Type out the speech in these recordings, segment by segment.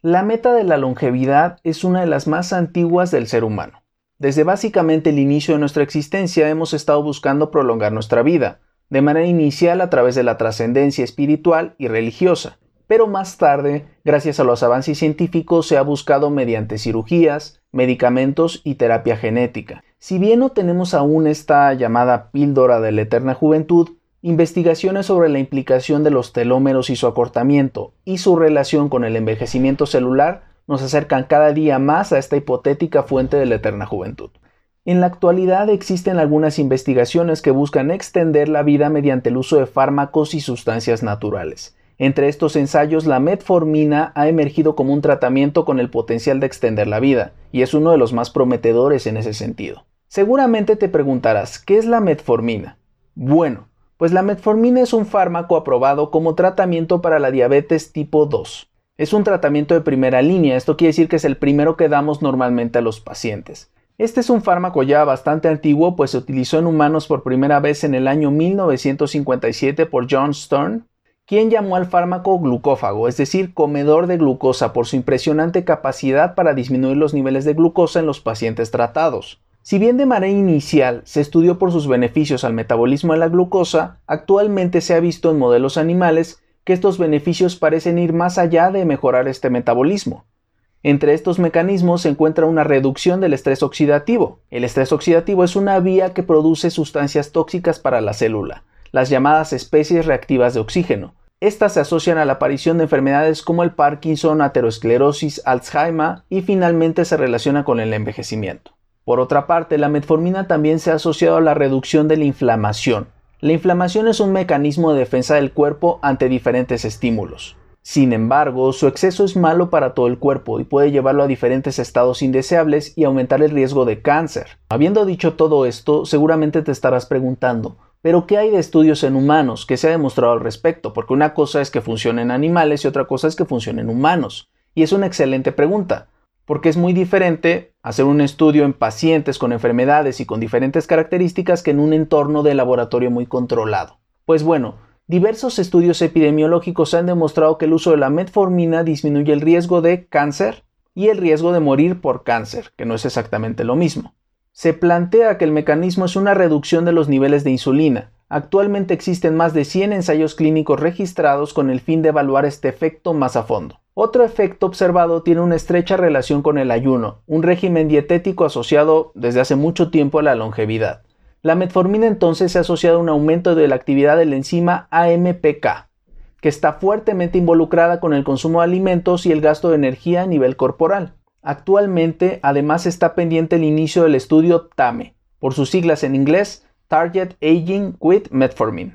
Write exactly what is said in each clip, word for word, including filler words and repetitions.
La meta de la longevidad es una de las más antiguas del ser humano. Desde básicamente el inicio de nuestra existencia hemos estado buscando prolongar nuestra vida, de manera inicial a través de la trascendencia espiritual y religiosa, pero más tarde, gracias a los avances científicos, se ha buscado mediante cirugías, medicamentos y terapia genética. Si bien no tenemos aún esta llamada píldora de la eterna juventud, investigaciones sobre la implicación de los telómeros y su acortamiento y su relación con el envejecimiento celular nos acercan cada día más a esta hipotética fuente de la eterna juventud. En la actualidad existen algunas investigaciones que buscan extender la vida mediante el uso de fármacos y sustancias naturales. Entre estos ensayos, la metformina ha emergido como un tratamiento con el potencial de extender la vida, y es uno de los más prometedores en ese sentido. Seguramente te preguntarás, ¿qué es la metformina? Bueno, pues la metformina es un fármaco aprobado como tratamiento para la diabetes tipo dos. Es un tratamiento de primera línea, esto quiere decir que es el primero que damos normalmente a los pacientes. Este es un fármaco ya bastante antiguo, pues se utilizó en humanos por primera vez en el año mil novecientos cincuenta y siete por John Stern, quien llamó al fármaco glucófago, es decir, comedor de glucosa, por su impresionante capacidad para disminuir los niveles de glucosa en los pacientes tratados. Si bien de manera inicial se estudió por sus beneficios al metabolismo de la glucosa, actualmente se ha visto en modelos animales que estos beneficios parecen ir más allá de mejorar este metabolismo. Entre estos mecanismos se encuentra una reducción del estrés oxidativo. El estrés oxidativo es una vía que produce sustancias tóxicas para la célula, las llamadas especies reactivas de oxígeno. Estas se asocian a la aparición de enfermedades como el Parkinson, aterosclerosis, Alzheimer y finalmente se relaciona con el envejecimiento. Por otra parte, la metformina también se ha asociado a la reducción de la inflamación. La inflamación es un mecanismo de defensa del cuerpo ante diferentes estímulos. Sin embargo, su exceso es malo para todo el cuerpo y puede llevarlo a diferentes estados indeseables y aumentar el riesgo de cáncer. Habiendo dicho todo esto, seguramente te estarás preguntando, ¿pero qué hay de estudios en humanos? ¿Qué se ha demostrado al respecto? Porque una cosa es que funcione en animales y otra cosa es que funcione en humanos. Y es una excelente pregunta, porque es muy diferente hacer un estudio en pacientes con enfermedades y con diferentes características que en un entorno de laboratorio muy controlado. Pues bueno, diversos estudios epidemiológicos han demostrado que el uso de la metformina disminuye el riesgo de cáncer y el riesgo de morir por cáncer, que no es exactamente lo mismo. Se plantea que el mecanismo es una reducción de los niveles de insulina. Actualmente existen más de cien ensayos clínicos registrados con el fin de evaluar este efecto más a fondo. Otro efecto observado tiene una estrecha relación con el ayuno, un régimen dietético asociado desde hace mucho tiempo a la longevidad. La metformina entonces se ha asociado a un aumento de la actividad de la enzima A M P K, que está fuertemente involucrada con el consumo de alimentos y el gasto de energía a nivel corporal. Actualmente, además, está pendiente el inicio del estudio T A M E, por sus siglas en inglés, Target Aging with Metformin.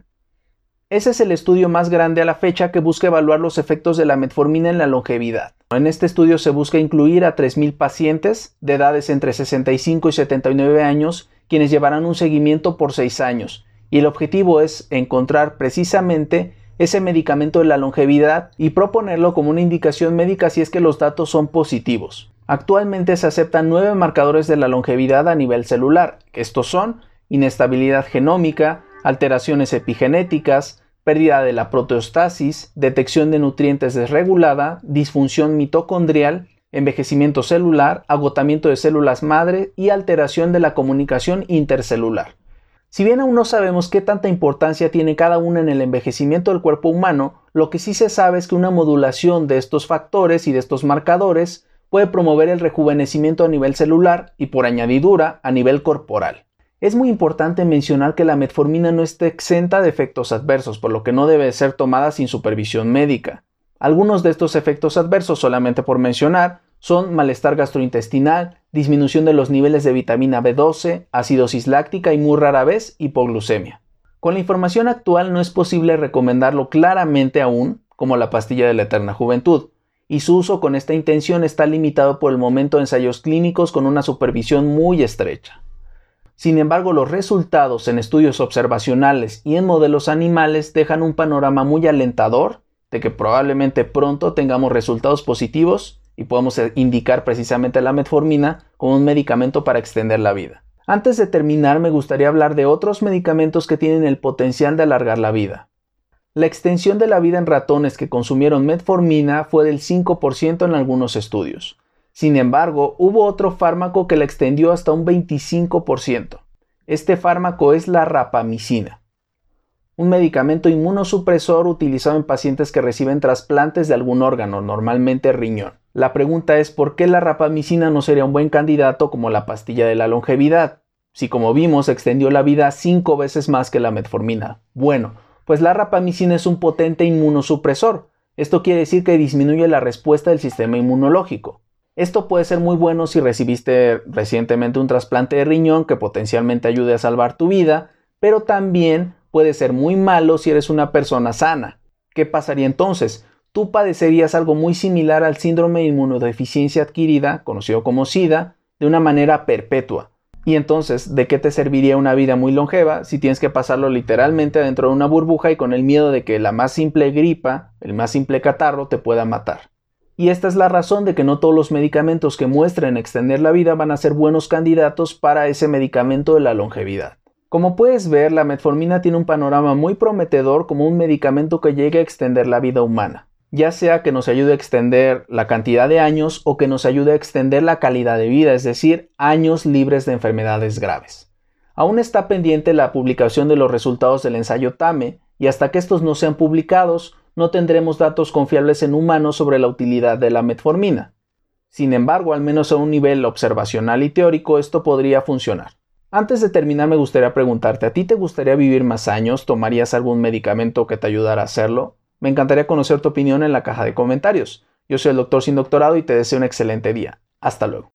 Ese es el estudio más grande a la fecha que busca evaluar los efectos de la metformina en la longevidad. En este estudio se busca incluir a tres mil pacientes de edades entre sesenta y cinco y setenta y nueve años, quienes llevarán un seguimiento por seis años, y el objetivo es encontrar precisamente ese medicamento de la longevidad y proponerlo como una indicación médica si es que los datos son positivos. Actualmente se aceptan nueve marcadores de la longevidad a nivel celular, que estos son inestabilidad genómica, alteraciones epigenéticas, pérdida de la proteostasis, detección de nutrientes desregulada, disfunción mitocondrial, envejecimiento celular, agotamiento de células madre y alteración de la comunicación intercelular. Si bien aún no sabemos qué tanta importancia tiene cada una en el envejecimiento del cuerpo humano, lo que sí se sabe es que una modulación de estos factores y de estos marcadores puede promover el rejuvenecimiento a nivel celular y por añadidura a nivel corporal. Es muy importante mencionar que la metformina no está exenta de efectos adversos, por lo que no debe ser tomada sin supervisión médica. Algunos de estos efectos adversos, solamente por mencionar, son malestar gastrointestinal, disminución de los niveles de vitamina B doce, acidosis láctica y muy rara vez hipoglucemia. Con la información actual no es posible recomendarlo claramente aún como la pastilla de la eterna juventud, y su uso con esta intención está limitado por el momento a ensayos clínicos con una supervisión muy estrecha. Sin embargo, los resultados en estudios observacionales y en modelos animales dejan un panorama muy alentador de que probablemente pronto tengamos resultados positivos y podamos indicar precisamente la metformina como un medicamento para extender la vida. Antes de terminar, me gustaría hablar de otros medicamentos que tienen el potencial de alargar la vida. La extensión de la vida en ratones que consumieron metformina fue del cinco por ciento en algunos estudios. Sin embargo, hubo otro fármaco que la extendió hasta un veinticinco por ciento. Este fármaco es la rapamicina, un medicamento inmunosupresor utilizado en pacientes que reciben trasplantes de algún órgano, normalmente riñón. La pregunta es ¿por qué la rapamicina no sería un buen candidato como la pastilla de la longevidad? Si como vimos extendió la vida cinco veces más que la metformina. Bueno, pues la rapamicina es un potente inmunosupresor. Esto quiere decir que disminuye la respuesta del sistema inmunológico. Esto puede ser muy bueno si recibiste recientemente un trasplante de riñón que potencialmente ayude a salvar tu vida, pero también puede ser muy malo si eres una persona sana. ¿Qué pasaría entonces? Tú padecerías algo muy similar al síndrome de inmunodeficiencia adquirida, conocido como SIDA, de una manera perpetua. Y entonces, ¿de qué te serviría una vida muy longeva si tienes que pasarlo literalmente dentro de una burbuja y con el miedo de que la más simple gripa, el más simple catarro te pueda matar? Y esta es la razón de que no todos los medicamentos que muestren extender la vida van a ser buenos candidatos para ese medicamento de la longevidad. Como puedes ver, la metformina tiene un panorama muy prometedor como un medicamento que llegue a extender la vida humana, ya sea que nos ayude a extender la cantidad de años o que nos ayude a extender la calidad de vida, es decir, años libres de enfermedades graves. Aún está pendiente la publicación de los resultados del ensayo TAME y hasta que estos no sean publicados, no tendremos datos confiables en humanos sobre la utilidad de la metformina. Sin embargo, al menos a un nivel observacional y teórico, esto podría funcionar. Antes de terminar, me gustaría preguntarte, ¿a ti te gustaría vivir más años? ¿Tomarías algún medicamento que te ayudara a hacerlo? Me encantaría conocer tu opinión en la caja de comentarios. Yo soy el doctor Sin Doctorado y te deseo un excelente día. Hasta luego.